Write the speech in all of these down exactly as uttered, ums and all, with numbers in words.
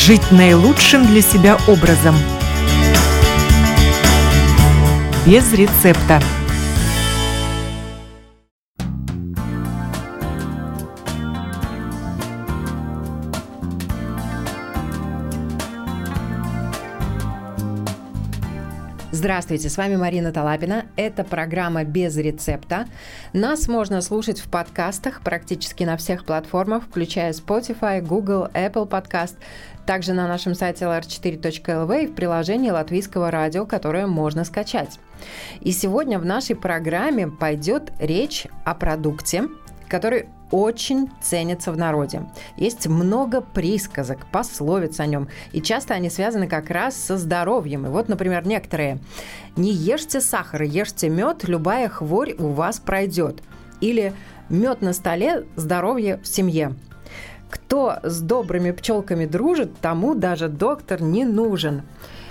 жить наилучшим для себя образом. Без рецепта. Здравствуйте, с вами Марина Талапина. Это программа «Без рецепта». Нас можно слушать в подкастах практически на всех платформах, включая Spotify, Google, Apple Podcast, также на нашем сайте эл эр четыре точка эл ви и в приложении Латвийского радио, которое можно скачать. И сегодня в нашей программе пойдет речь о продукте, который очень ценится в народе. Есть много присказок, пословиц о нем, и часто они связаны как раз со здоровьем. И вот, например, некоторые: «Не ешьте сахар, ешьте мед, любая хворь у вас пройдет». Или «Мед на столе, здоровье в семье». Кто с добрыми пчелками дружит, тому даже доктор не нужен.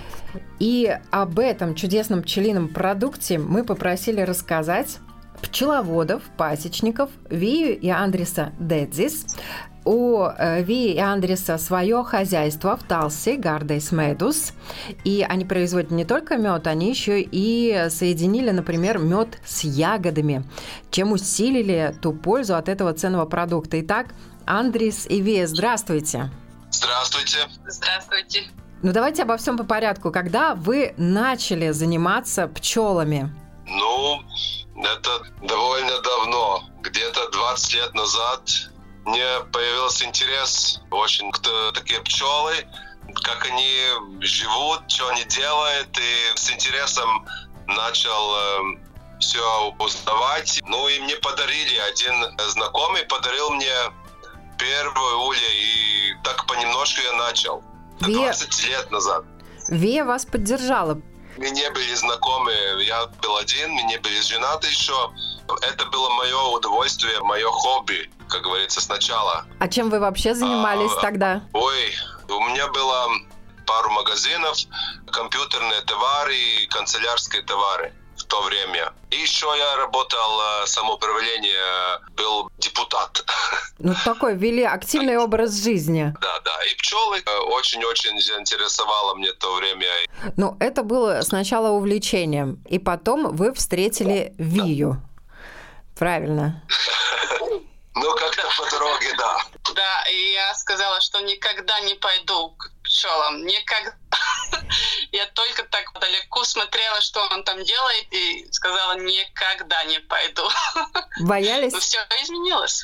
И об этом чудесном пчелином продукте мы попросили рассказать пчеловодов, пасечников Вию и Андриса Дедзис. У Вии и Андриса свое хозяйство в Талсе, Гардейс Медус. И они производят не только мед, они еще и соединили, например, мед с ягодами, чем усилили ту пользу от этого ценного продукта. Итак, Андрис и Вия, здравствуйте. Здравствуйте. Здравствуйте. Ну, давайте обо всем по порядку. Когда вы начали заниматься пчелами? Ну, это довольно давно. Где-то двадцать лет назад мне появился интерес очень, кто такие пчелы, как они живут, что они делают, и с интересом начал э, все узнавать. Ну и мне подарили, один знакомый подарил мне первую улья, и так понемножку я начал. двадцать лет назад. Вия вас поддержала. Мы не были знакомы, я был один, мы не были женаты еще. Это было мое удовольствие, мое хобби, как говорится, сначала. А чем вы вообще занимались а, тогда? Ой, у меня было пару магазинов, компьютерные товары и канцелярские товары в то время. И еще я работал в самоуправлении, был депутат. Ну, такой, вели активный образ жизни. Да, да. И пчелы очень-очень заинтересовало мне то время. Ну, это было сначала увлечением, и потом вы встретили Вию. Правильно. Ну, как-то по дороге, да. Да, и я сказала, что никогда не пойду к пчелам. Никогда. Я только так далеко смотрела, что он там делает, и сказала, никогда не пойду. Боялись? Но все изменилось.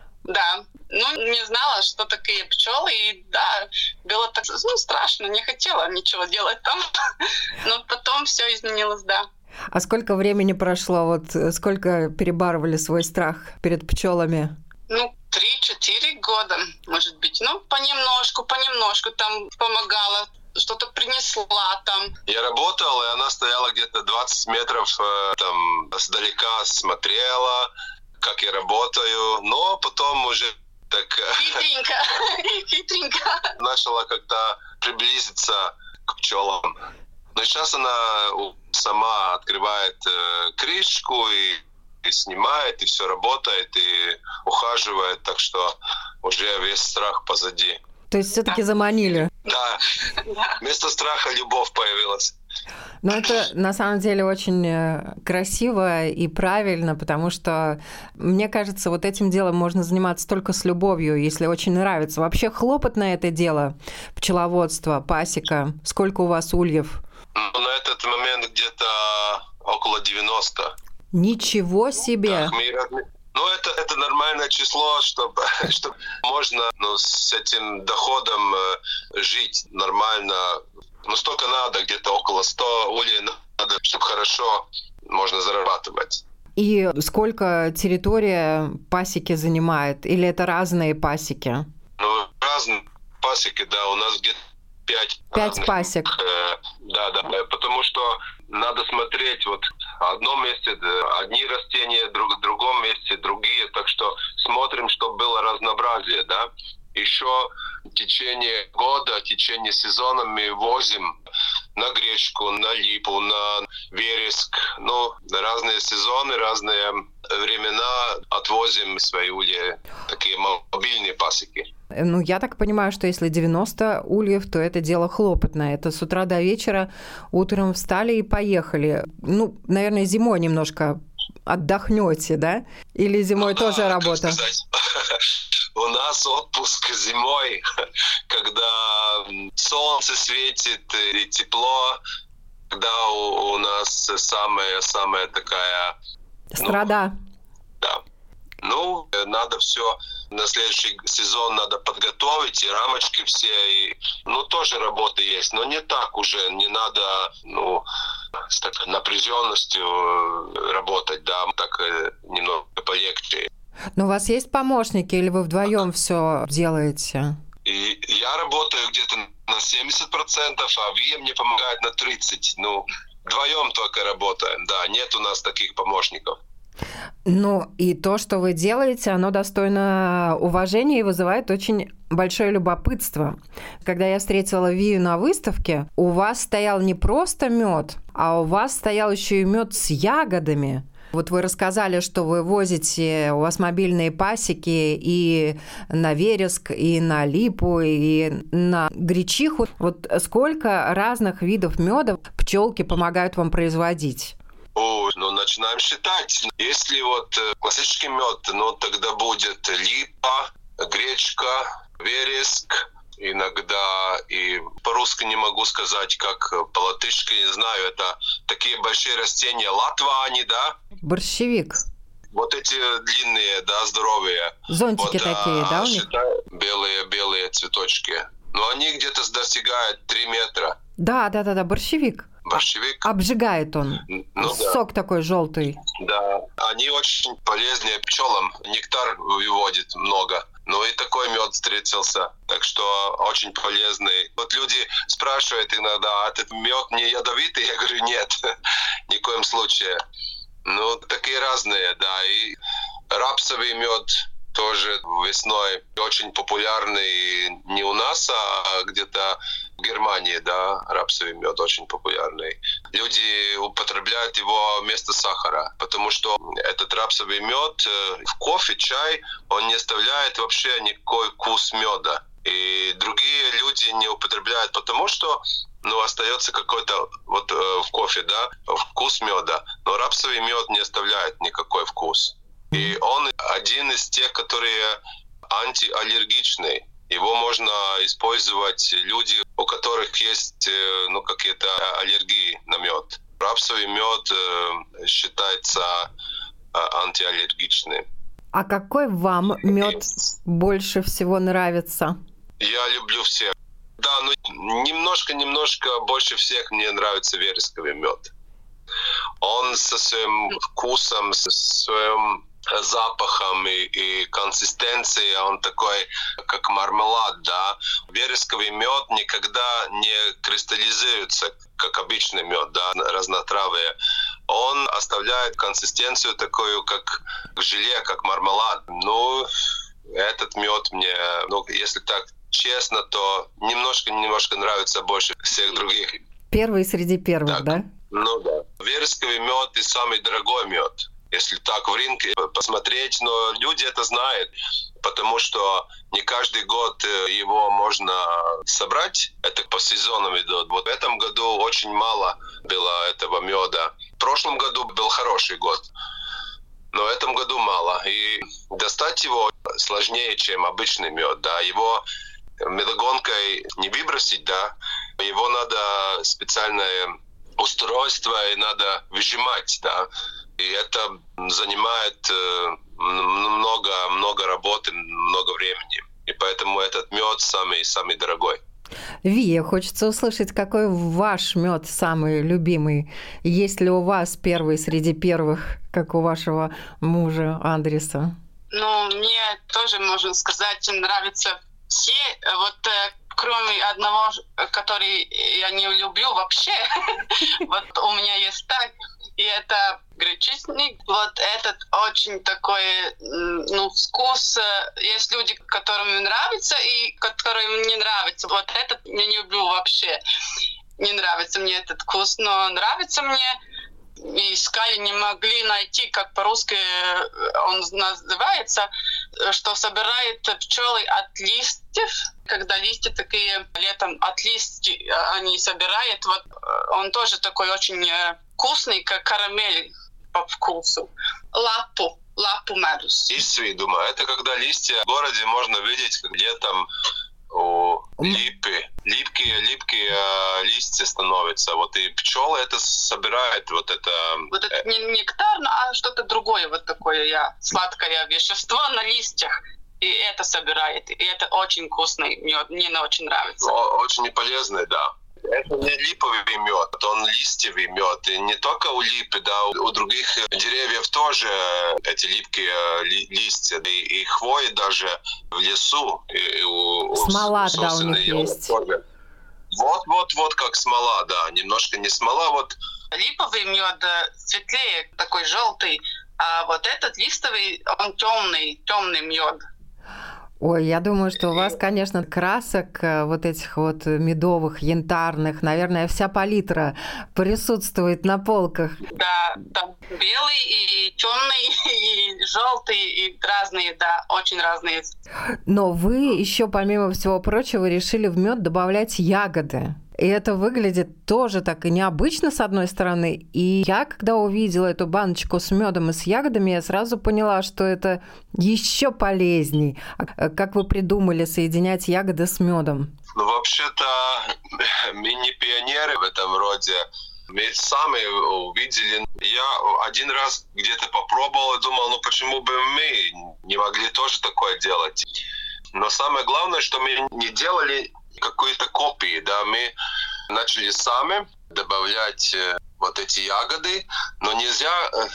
Да. Ну, не знала, что такие пчелы, и да, было так, ну, страшно, не хотела ничего делать там. Но потом все изменилось, да. А сколько времени прошло? Вот сколько перебарывали свой страх перед пчелами? Ну, три-четыре года, может быть. Ну, понемножку, понемножку там помогала, что-то принесла там. Я работал, и она стояла где-то двадцать метров там сдалека, смотрела, как я работаю. Но потом уже так... Хитренько, хитренько. Начала как-то приблизиться к пчелам. Но сейчас она сама открывает э, крышку и, и снимает, и все работает, и ухаживает, так что уже весь страх позади. То есть все-таки заманили? Да. Вместо страха любовь появилась. Но это на самом деле очень красиво и правильно, потому что, мне кажется, вот этим делом можно заниматься только с любовью, если очень нравится. Вообще хлопотное это дело, пчеловодство, пасека. Сколько у вас ульев? Ну, на этот момент где-то около девяносто. Ничего себе! Так, мы... Ну, это, это нормальное число, чтобы, чтобы можно ну, с этим доходом э, жить нормально. Ну, столько надо, где-то около ста ульев надо, чтобы хорошо можно зарабатывать. И сколько территория пасеки занимает? Или это разные пасеки? Ну, разные пасеки, да, у нас где-то пять. Пять пасек. Э, да, да, потому что надо смотреть, вот в одном месте одни растения, друг, в другом месте другие, так что смотрим, чтобы было разнообразие, да. Еще в течение года, в течение сезона мы возим на гречку, на липу, на вереск. Ну, разные сезоны, разные времена. От отвозим свои ульи, такие мобильные пасеки. Ну, я так понимаю, что если девяносто ульев, то это дело хлопотное. Это с утра до вечера, утром встали и поехали. Ну, наверное, зимой немножко отдохнете, да? Или зимой ну, тоже да, работа? У нас отпуск зимой, когда солнце светит и тепло, когда у, у нас самая-самая такая... Страда. Ну, да. Ну, надо все на следующий сезон надо подготовить, и рамочки все, и, ну, тоже работа есть, но не так уже, не надо, ну, с такой напряженностью работать, да, так немного полегче. Но у вас есть помощники, или вы вдвоем все делаете? И я работаю где-то на семьдесят процентов, а Вия мне помогает на тридцать процентов. Ну, вдвоем только работаем, да, нет у нас таких помощников. Ну, и то, что вы делаете, оно достойно уважения и вызывает очень большое любопытство. Когда я встретила Вию на выставке, у вас стоял не просто мед, а у вас стоял еще и мед с ягодами. Вот вы рассказали, что вы возите, у вас мобильные пасеки и на вереск, и на липу, и на гречиху. Вот сколько разных видов меда пчелки помогают вам производить? О, ну, начинаем считать. Если вот классический мед, ну, тогда будет липа, гречка, вереск, иногда и по-русски не могу сказать, как по-латышски, не знаю, это такие большие растения, латвани, да? Борщевик. Вот эти длинные, да, здоровые. Зонтики вот, такие, а, да, у них? Белые-белые цветочки. Но они где-то достигают три метра. Да, да, да, да, борщевик. Борщевик. Обжигает он. Ну, Сок да. такой желтый. Да, они очень полезные пчелам. Нектар выводит много. Ну и такой мед встретился. Так что очень полезный. Вот люди спрашивают иногда, а этот мед не ядовитый? Я говорю, нет, ни в коем случае. Ну, такие разные, да. И рапсовый мед тоже весной очень популярный не у нас, а где-то в Германии, да, рапсовый мед очень популярный. Люди употребляют его вместо сахара, потому что этот рапсовый мед в кофе, чай, он не оставляет вообще никакой вкус меда. И другие люди не употребляют, потому что, ну, остается какой-то вот э, в кофе, да, вкус меда, но рапсовый мед не оставляет никакой вкус. И он один из тех, которые антиаллергичный. Его можно использовать люди, у которых есть, ну, какие-то аллергии на мед. Рапсовый мед э, считается э, антиаллергичным. А какой вам мед больше всего нравится? Я люблю всех. Да, ну немножко-немножко больше всех мне нравится вересковый мед. Он со своим вкусом, со своим запахом и, и консистенцией, он такой, как мармелад, да. Вересковый мед никогда не кристаллизуется, как обычный мед, да, разнотравие. Он оставляет консистенцию такую, как желе, как мармелад. Ну, этот мед мне, ну, если так честно, то немножко-немножко нравится больше всех других. Первый среди первых, так, да? Ну да. Вересковый мед и самый дорогой мед. Если так в рынке посмотреть, но люди это знают, потому что не каждый год его можно собрать. Это по сезонам идет. Вот в этом году очень мало было этого меда. В прошлом году был хороший год, но в этом году мало. И достать его сложнее, чем обычный мед. Да. Его медогонкой не выбросить, да. Его надо специальное устройство, и надо выжимать, да. И это занимает много, много работы, много времени. И поэтому этот мед самый, самый дорогой. Вия, хочется услышать, какой ваш мед самый любимый? Есть ли у вас первый среди первых, как у вашего мужа Андреса? Ну, мне тоже, можно сказать, нравятся все. Вот кроме одного, который я не люблю вообще. Вот у меня есть так. И это гречишник. Вот этот очень такой, ну, вкус. Есть люди, которым нравится, и которым не нравится. Вот этот я не люблю вообще. Не нравится мне этот вкус, но нравится мне И искали, не могли найти, как по-русски он называется, что собирает пчелы от листьев. Когда листья такие летом от листьев они собирают, вот он тоже такой очень вкусный, как карамель по вкусу. Лапу, лапу медус. Исви, думаю, это когда листья в городе можно видеть, как летом у липы. Липкие, липкие э, листья становятся. Вот и пчелы это собирают. Вот это, вот это не нектар, а что-то другое вот такое, я, сладкое вещество на листьях. И это собирает. И это очень вкусный мед. Мне очень нравится. О, очень полезный, да. Это не липовый мед, он листьевый мед. И не только у липы, да, у других деревьев тоже эти липкие ли, листья. И, и хвои даже в лесу. И у, смола, у, да, у них есть. Вот-вот-вот как смола, да. Немножко не смола, вот. Липовый мед светлее, такой желтый. А вот этот листовый, он темный, темный мед. Ой, я думаю, что у вас, конечно, красок вот этих вот медовых, янтарных, наверное, вся палитра присутствует на полках. Да, там белый и темный, и желтый, и разные, да, очень разные. Но вы еще, помимо всего прочего, решили в мед добавлять ягоды. И это выглядит тоже так и необычно, с одной стороны. И я, когда увидела эту баночку с медом и с ягодами, я сразу поняла, что это еще полезней. Как вы придумали соединять ягоды с медом? Ну, вообще-то, мы не пионеры в этом роде. Мы сами увидели. Я один раз где-то попробовал и думал, ну почему бы мы не могли тоже такое делать? Но самое главное, что мы не делали какой-то копии, да, мы начали сами добавлять вот эти ягоды, но нельзя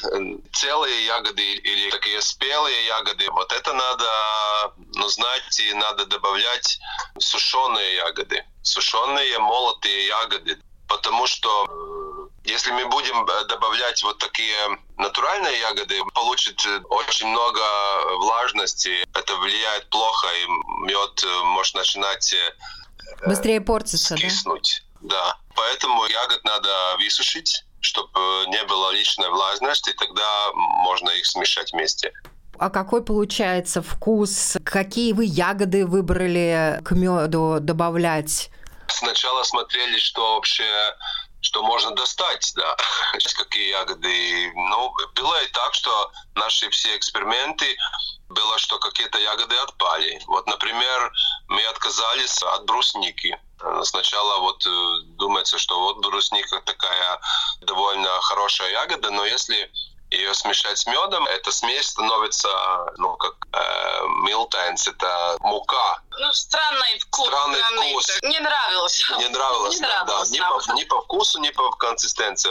целые ягоды или такие спелые ягоды. Вот это надо, ну, знаете, надо добавлять сушеные ягоды, сушеные молотые ягоды, потому что если мы будем добавлять вот такие натуральные ягоды, получит очень много влажности, это влияет плохо, и мед может начинать быстрее портится, скиснуть. Да? Да. Поэтому ягод надо высушить, чтобы не было лишней влажности, и тогда можно их смешать вместе. А какой получается вкус? Какие вы ягоды выбрали к меду добавлять? Сначала смотрели, что вообще, что можно достать, да, какие ягоды. Ну, было и так, что наши все эксперименты было, что какие-то ягоды отпали. Вот, например, мы отказались от брусники. Сначала вот думается, что вот брусника такая довольно хорошая ягода, но если ее смешать с медом, эта смесь становится, ну, как э, милтайнс, это мука. Ну, странный вкус. Странный вкус. Не нравилось. Не нравилось, не да, нравилось, да. Ни, да. По, ни по вкусу, ни по консистенции.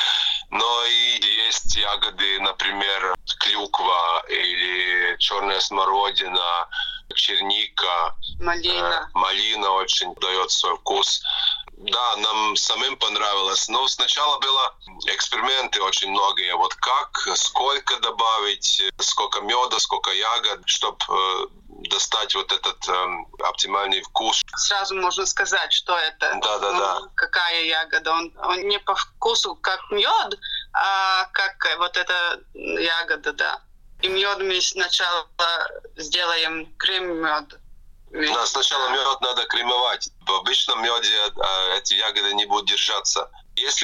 Но и есть ягоды, например, клюква или черная смородина, черника. Малина. Э, малина очень дает свой вкус. Да, нам самим понравилось. Но сначала было эксперименты очень многие. Вот как, сколько добавить, сколько меда, сколько ягод, чтобы э, достать вот этот э, оптимальный вкус. Сразу можно сказать, что это. Да, да, ну, да. Какая ягода. Он, он не по вкусу как мед, а как вот эта ягода, да. И мед мы сначала сделаем крем-мед. Да, сначала мед надо кремовать. В обычном меде эти ягоды не будут держаться. Если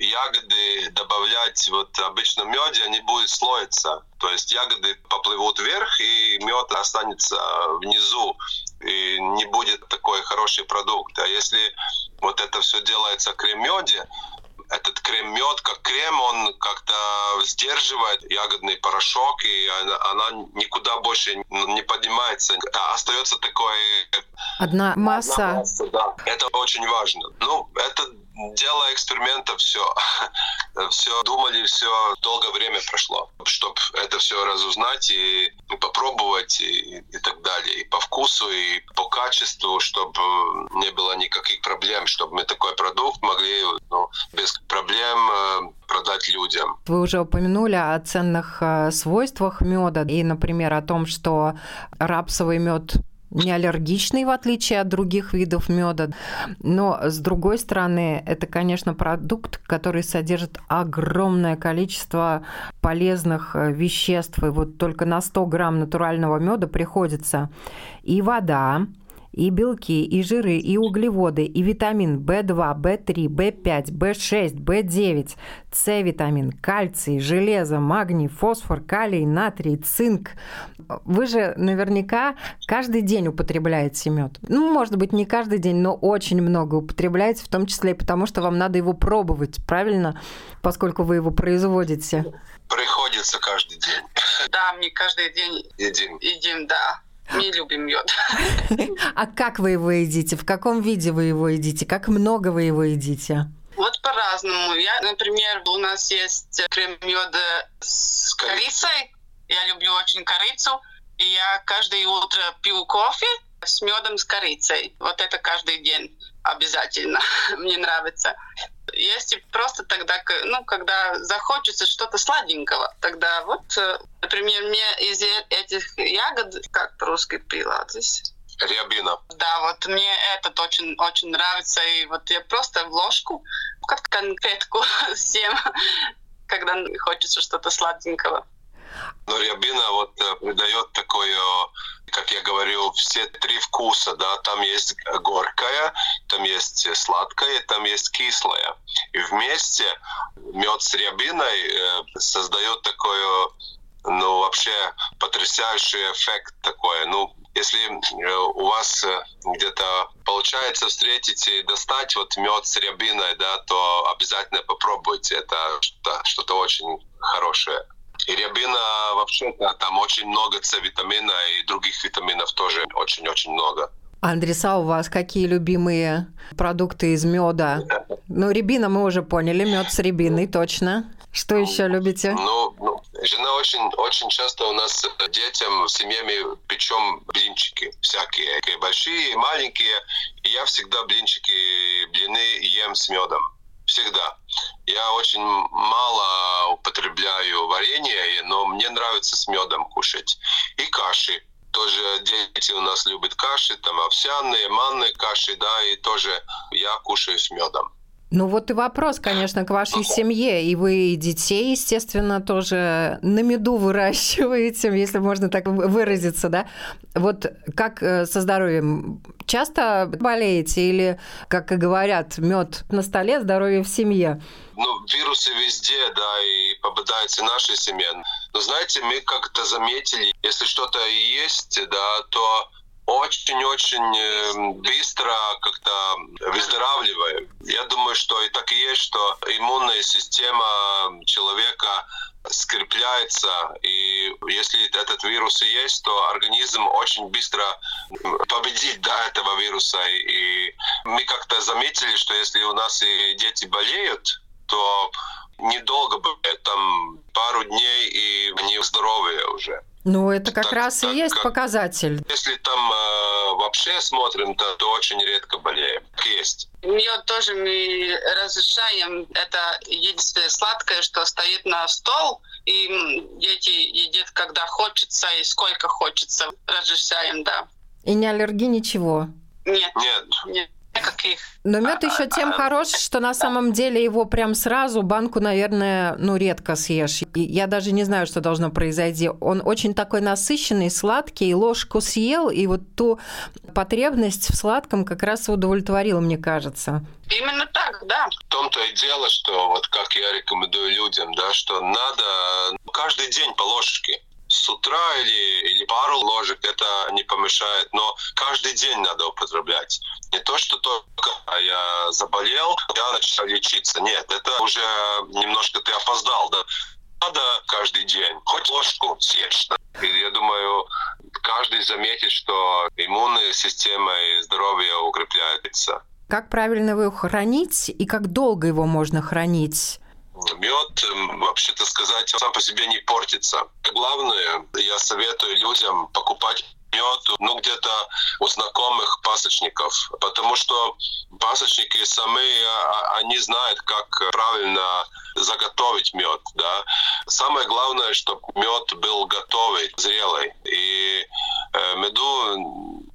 ягоды добавлять вот в обычном меде, они будут слоиться. То есть ягоды поплывут вверх, и мед останется внизу. И не будет такой хороший продукт. А если вот это все делается в крем-меде, этот крем-мед, как крем, он как-то сдерживает ягодный порошок, и она, она никуда больше не поднимается. А остается такой... Одна масса. Одна масса, да. Это очень важно. Ну, это дело эксперимента, все. Все думали, все долгое время прошло, чтобы это все разузнать и попробовать, и, и так далее. И по вкусу, и по качеству, чтобы не было никаких проблем, чтобы мы такой продукт могли, ну, без проблем продать людям. Вы уже упомянули о ценных свойствах меда и, например, о том, что рапсовый мед не аллергичный, в отличие от других видов меда. Но, с другой стороны, это, конечно, продукт, который содержит огромное количество полезных веществ. И вот только на сто грамм натурального меда приходится и вода, и белки, и жиры, и углеводы, и витамин бэ два, бэ три, бэ пять, бэ шесть, бэ девять, С-витамин, кальций, железо, магний, фосфор, калий, натрий, цинк. Вы же наверняка каждый день употребляете мед. Ну, может быть, не каждый день, но очень много употребляете, в том числе и потому, что вам надо его пробовать, правильно? Поскольку вы его производите. Приходится каждый день. Да, мне каждый день едим. Едим, да. Не любим мед. А как вы его едите? В каком виде вы его едите? Как много вы его едите? Вот по-разному. Я, например, у нас есть крем меда с корицей. Я люблю очень корицу. И я каждое утро пью кофе с медом с корицей. Вот это каждый день обязательно. Мне нравится. Есть и просто тогда, ну, когда захочется что-то сладенького, тогда вот, например, мне из этих ягод, как по-русски пилатес? Рябина. Да, вот мне этот очень, очень нравится. И вот я просто в ложку, как конфетку съем, когда хочется что-то сладенького. Но рябина вот придает такое, как я говорю, все три вкуса, да, там есть горькая, там есть сладкая, там есть кислая. И вместе мед с рябиной создает такой, ну, вообще потрясающий эффект такой. Ну, если у вас где-то получается встретить и достать вот мед с рябиной, да, то обязательно попробуйте. Это что-то, что-то очень хорошее. И рябина вообще-то там очень много С-витамина и других витаминов тоже очень-очень много. Андреса, у вас какие любимые продукты из меда? Ну, рябина мы уже поняли, мед с рябиной, точно. Что еще любите? Ну, ну жена очень, очень часто у нас детям, семьями печем блинчики всякие, большие и маленькие. И я всегда блинчики, блины ем с медом. Всегда. Я очень мало употребляю варенье, но мне нравится с медом кушать. И каши. Тоже дети у нас любят каши, там овсяные, манные каши, да, и тоже я кушаю с медом. Ну вот и вопрос, конечно, к вашей семье. И вы детей, естественно, тоже на меду выращиваете, если можно так выразиться, да? Вот как со здоровьем? Часто болеете или, как и говорят, мед на столе, здоровье в семье? Ну, вирусы везде, да, и попадаются в нашей семье. Но знаете, мы как-то заметили, если что-то есть, да, то очень-очень быстро как-то выздоравливаем. Я думаю, что и так и есть, что иммунная система человека скрепляется, и если этот вирус и есть, то организм очень быстро победит, да, этого вируса. И мы как-то заметили, что если у нас и дети болеют, то недолго болеют, там пару дней, и они здоровые уже. Ну, это как так, раз так, и есть как, если Если там э, вообще смотрим, то, то очень редко болеем. Есть. Мед тоже мы разрешаем. Это единственное сладкое, что стоит на стол. И дети едят, когда хочется и сколько хочется. Разрешаем, да. И не аллергии, ничего? Нет. Нет. Нет. Каких? Но мед еще тем хорош, что на самом деле его прям сразу банку, наверное, ну, редко съешь. И я даже не знаю, что должно произойти. Он очень такой насыщенный, сладкий, ложку съел, и вот ту потребность в сладком как раз удовлетворил, мне кажется. Именно так, да. В том-то и дело, что вот как я рекомендую людям, да, что надо каждый день по ложечке. С утра или, или пару ложек это не помешает, но каждый день надо употреблять. Не то, что только я заболел, я начал лечиться. Нет, это уже немножко ты опоздал, да. Надо каждый день, хоть ложку съешь. Да? И я думаю, каждый заметит, что иммунная система и здоровье укрепляется. Как правильно его хранить и как долго его можно хранить? Мед, вообще-то сказать, сам по себе не портится. Главное, я советую людям покупать мед, ну, где-то у знакомых пасочников, потому что пасочники сами, они знают, как правильно заготовить мед, да. Самое главное, чтобы мед был готовый, зрелый. И э, меду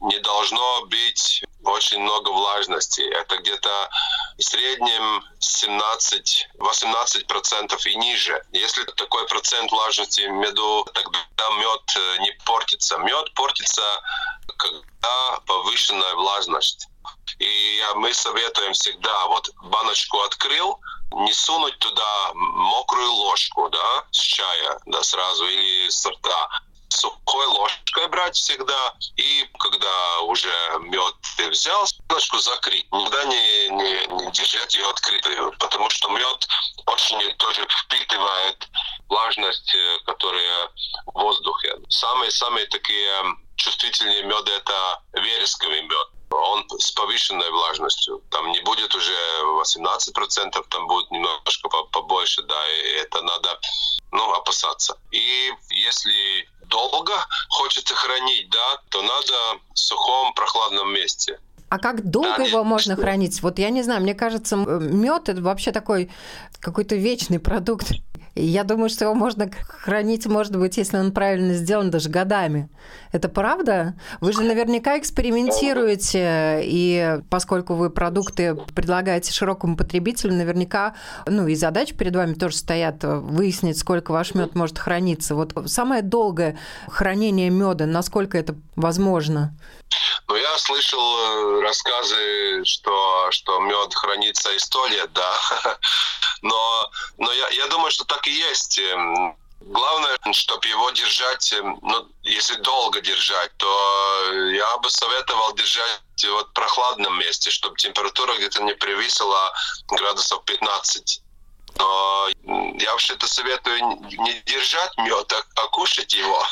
не должно быть очень много влажности. Это где-то в среднем семнадцать-восемнадцать процентов и ниже. Если такой процент влажности в меду, тогда мед не портится. Мед портится, когда повышенная влажность. И мы советуем всегда, вот баночку открыл, не сунуть туда мокрую ложку, да, с чая, да, сразу, или с рта. Сухой ложкой брать всегда, и когда уже мед ты взял, баночку закрыть. Никогда не, не, не держать ее открытую, потому что мед очень тоже впитывает влажность, которая в воздухе. Самые-самые такие чувствительные меды — это вересковый мед. Он с повышенной влажностью. Там не будет уже восемнадцать процентов, там будет немножко побольше, да, и это надо, ну, опасаться. И если долго хочется хранить, да, то надо в сухом прохладном месте. А как долго да, его можно что? хранить? Вот я не знаю, мне кажется, мед это вообще такой какой-то вечный продукт. Я думаю, что его можно хранить, может быть, если он правильно сделан, даже годами. Это правда? Вы же наверняка экспериментируете, и поскольку вы продукты предлагаете широкому потребителю, наверняка, ну, и задачи перед вами тоже стоят выяснить, сколько ваш мед может храниться. Вот самое долгое хранение меда, насколько это возможно? Ну, я слышал рассказы, что, что мед хранится и сто лет, да. Но, но я, я думаю, что так и есть. Главное, чтобы его держать, ну, если долго держать, то я бы советовал держать вот в прохладном месте, чтобы температура где-то не превысила градусов пятнадцать. Но я вообще-то советую не держать мед, а, а кушать его.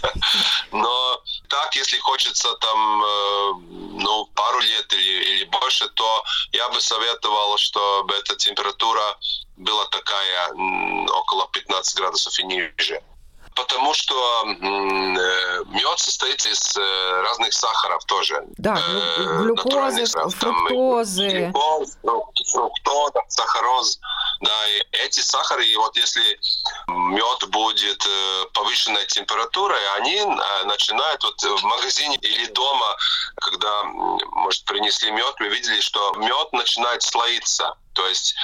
Но так, если хочется там, ну, пару лет или, или больше, то я бы советовал, чтобы эта температура была такая, около пятнадцати градусов и ниже. Потому что мед состоит из разных сахаров тоже. Да, глюкозы, фруктозы. Фруктоза, сахароз. Да, и эти сахары, и вот если мед будет повышенной температурой, они начинают вот в магазине или дома, когда, может, принесли мед, мы видели, что мед начинает слоиться. То есть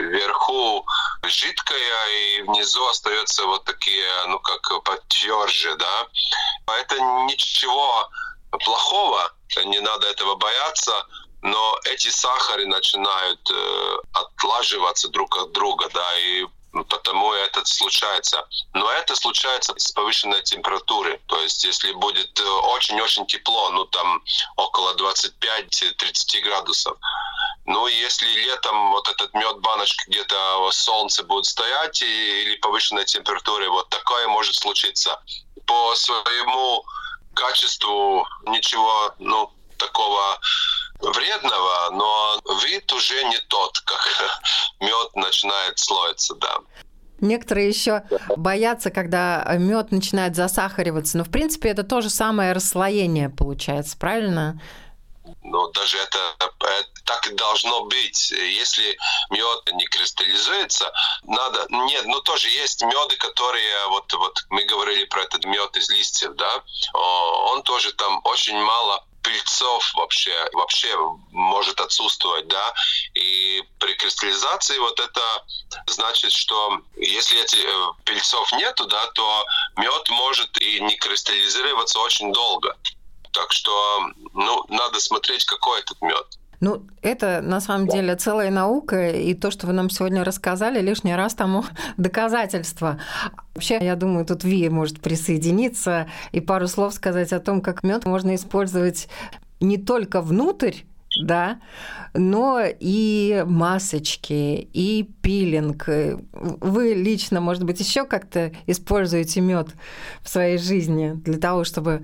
вверху жидкое, и внизу остается вот такие, ну, как потверже, да. Это ничего плохого, не надо этого бояться, но эти сахары начинают э, отлаживаться друг от друга, да, и потому это случается. Но это случается с повышенной температурой. То есть если будет очень-очень тепло, ну, там около двадцать пять - тридцать градусов, ну, если летом вот этот мед баночка где-то в солнце будет стоять и, или повышенной температуре, вот такое может случиться. По своему качеству ничего, ну, такого вредного, но вид уже не тот, как мед начинает слоиться, да. Некоторые еще боятся, когда мед начинает засахариваться, но в принципе это то же самое расслоение получается, правильно? Ну, даже это, это так и должно быть. Если мед не кристаллизуется, надо... Нет, ну тоже есть меды, которые... Вот, вот мы говорили про этот мед из листьев, да? Он тоже там очень мало пыльцов вообще, вообще может отсутствовать, да? И при кристаллизации вот это значит, что если этих пыльцов нету, да, то мед может и не кристаллизироваться очень долго. Так что, ну, надо смотреть, какой этот мед. Ну, это на самом деле целая наука, и то, что вы нам сегодня рассказали, лишний раз тому доказательство. Вообще, я думаю, тут Ви может присоединиться и пару слов сказать о том, как мед можно использовать не только внутрь, да, но и масочки, и пилинг. Вы лично, может быть, еще как-то используете мед в своей жизни для того, чтобы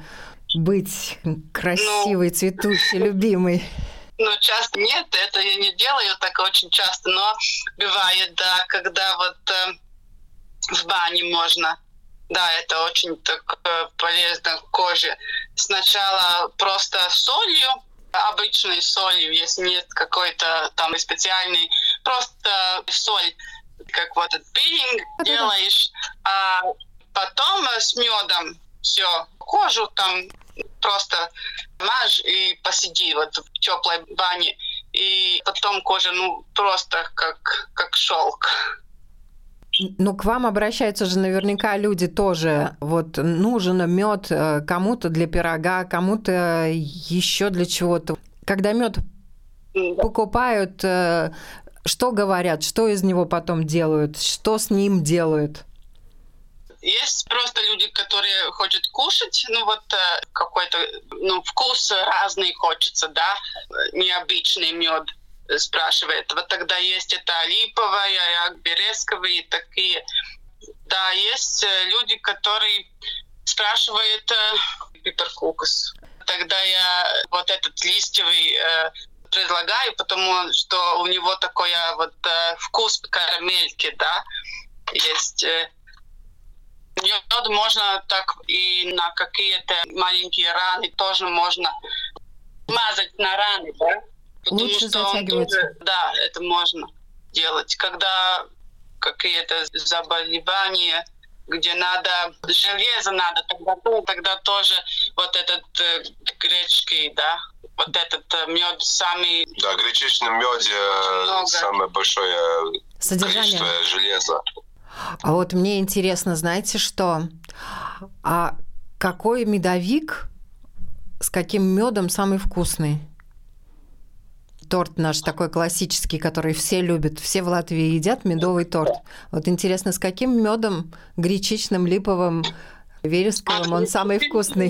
быть красивой, ну, цветущей, любимой? Ну, часто нет, это я не делаю так очень часто, но бывает, да, когда вот э, в бане можно. Да, это очень так э, полезно коже. Сначала просто солью, обычной солью, если нет какой-то там специальной, просто соль, как вот этот пилинг делаешь, а потом с медом все, кожу там просто мажь и посиди вот в теплой бане. И потом кожа, ну, просто как, как шелк. Ну, к вам обращаются же наверняка люди тоже. Вот нужен мед кому-то для пирога, кому-то еще для чего-то. Когда мед покупают, что говорят, что из него потом делают, что с ним делают? Есть просто люди, которые хотят кушать, ну вот какой-то, ну, вкус разный хочется, да, необычный мед. Спрашивает. Вот тогда есть это липовая, березковые такие. Да, есть люди, которые спрашивают э, пиперкукус. Тогда я вот этот листьевый э, предлагаю, потому что у него такой вот э, вкус карамельки, да, есть. Э, мед можно так и на какие-то маленькие раны тоже можно мазать на раны, да. Потому Лучше что затягивается. Тоже, да, это можно делать. Когда какие-то заболевания, где надо железо надо, тогда, тогда тоже вот этот э, гречки, да, вот этот э, мед самый. Да, в гречичном меде самое большое содержание количество железа. А вот мне интересно, знаете что? А какой медовик с каким медом самый вкусный? Торт наш такой классический, который все любят, все в Латвии едят, медовый торт. Вот интересно, с каким медом, гречичным, липовым, вересковым, он самый вкусный?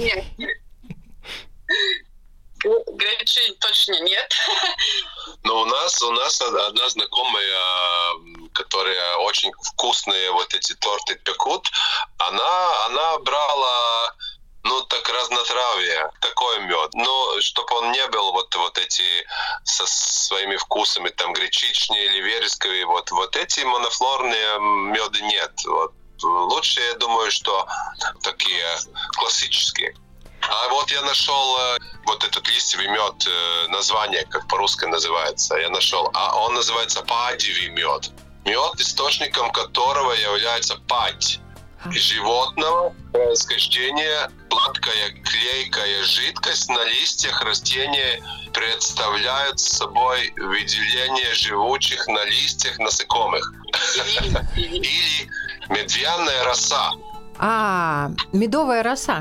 Гречи точно нет. Но у нас, у нас одна знакомая, которая очень вкусные вот эти торты пекут, она, она брала... Ну, так разнотравие, такой мед. Но чтобы он не был вот, вот эти со своими вкусами, там, гречичные или вересковые, вот, вот эти монофлорные меды нет. Вот. Лучше, я думаю, что такие классические. А вот я нашел вот этот листьевый мед, название, как по-русски называется, я нашел. А он называется падевый мед. Мед, источником которого является падь. Животного происхождения, гладкая клейкая жидкость на листьях растения представляют собой выделение живучих на листьях насекомых. Или медвяная роса. А, медовая роса.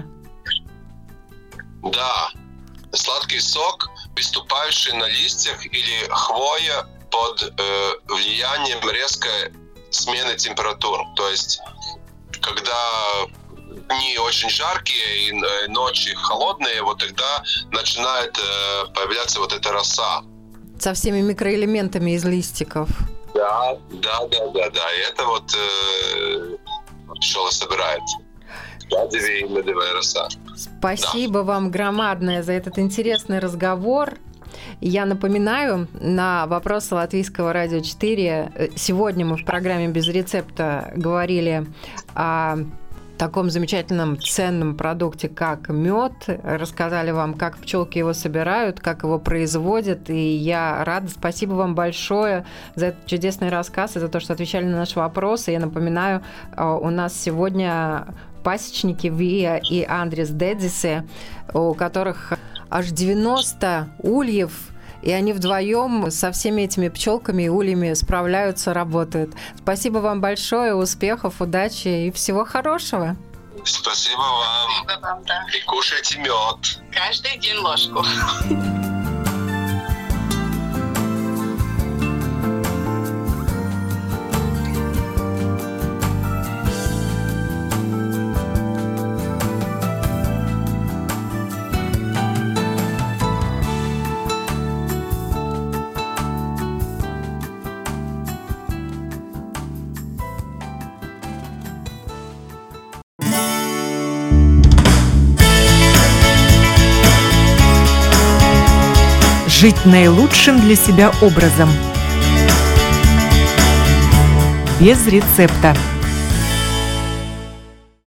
Да. Сладкий сок, выступающий на листьях или хвоя под э, влиянием резкой смены температур. То есть когда дни очень жаркие и ночи холодные, вот тогда начинает э, появляться вот эта роса. Со всеми микроэлементами из листиков. Да, да, да, да, да. И это вот э, пчела собирает. Падевая и медовая роса. Спасибо да. вам громадное за этот интересный разговор. Я напоминаю, на вопросы Латвийского радио четыре сегодня мы в программе «Без рецепта» говорили о таком замечательном ценном продукте, как мед. Рассказали вам, как пчелки его собирают, как его производят. И я рада. Спасибо вам большое за этот чудесный рассказ и за то, что отвечали на наши вопросы. Я напоминаю, у нас сегодня пасечники Вия и Андрис Дедзисе, у которых аж девяносто ульев, и они вдвоем со всеми этими пчелками и ульями справляются, работают. Спасибо вам большое, успехов, удачи и всего хорошего. Спасибо вам. Спасибо вам, да. И кушайте мед. Каждый день ложку. Жить наилучшим для себя образом. Без рецепта.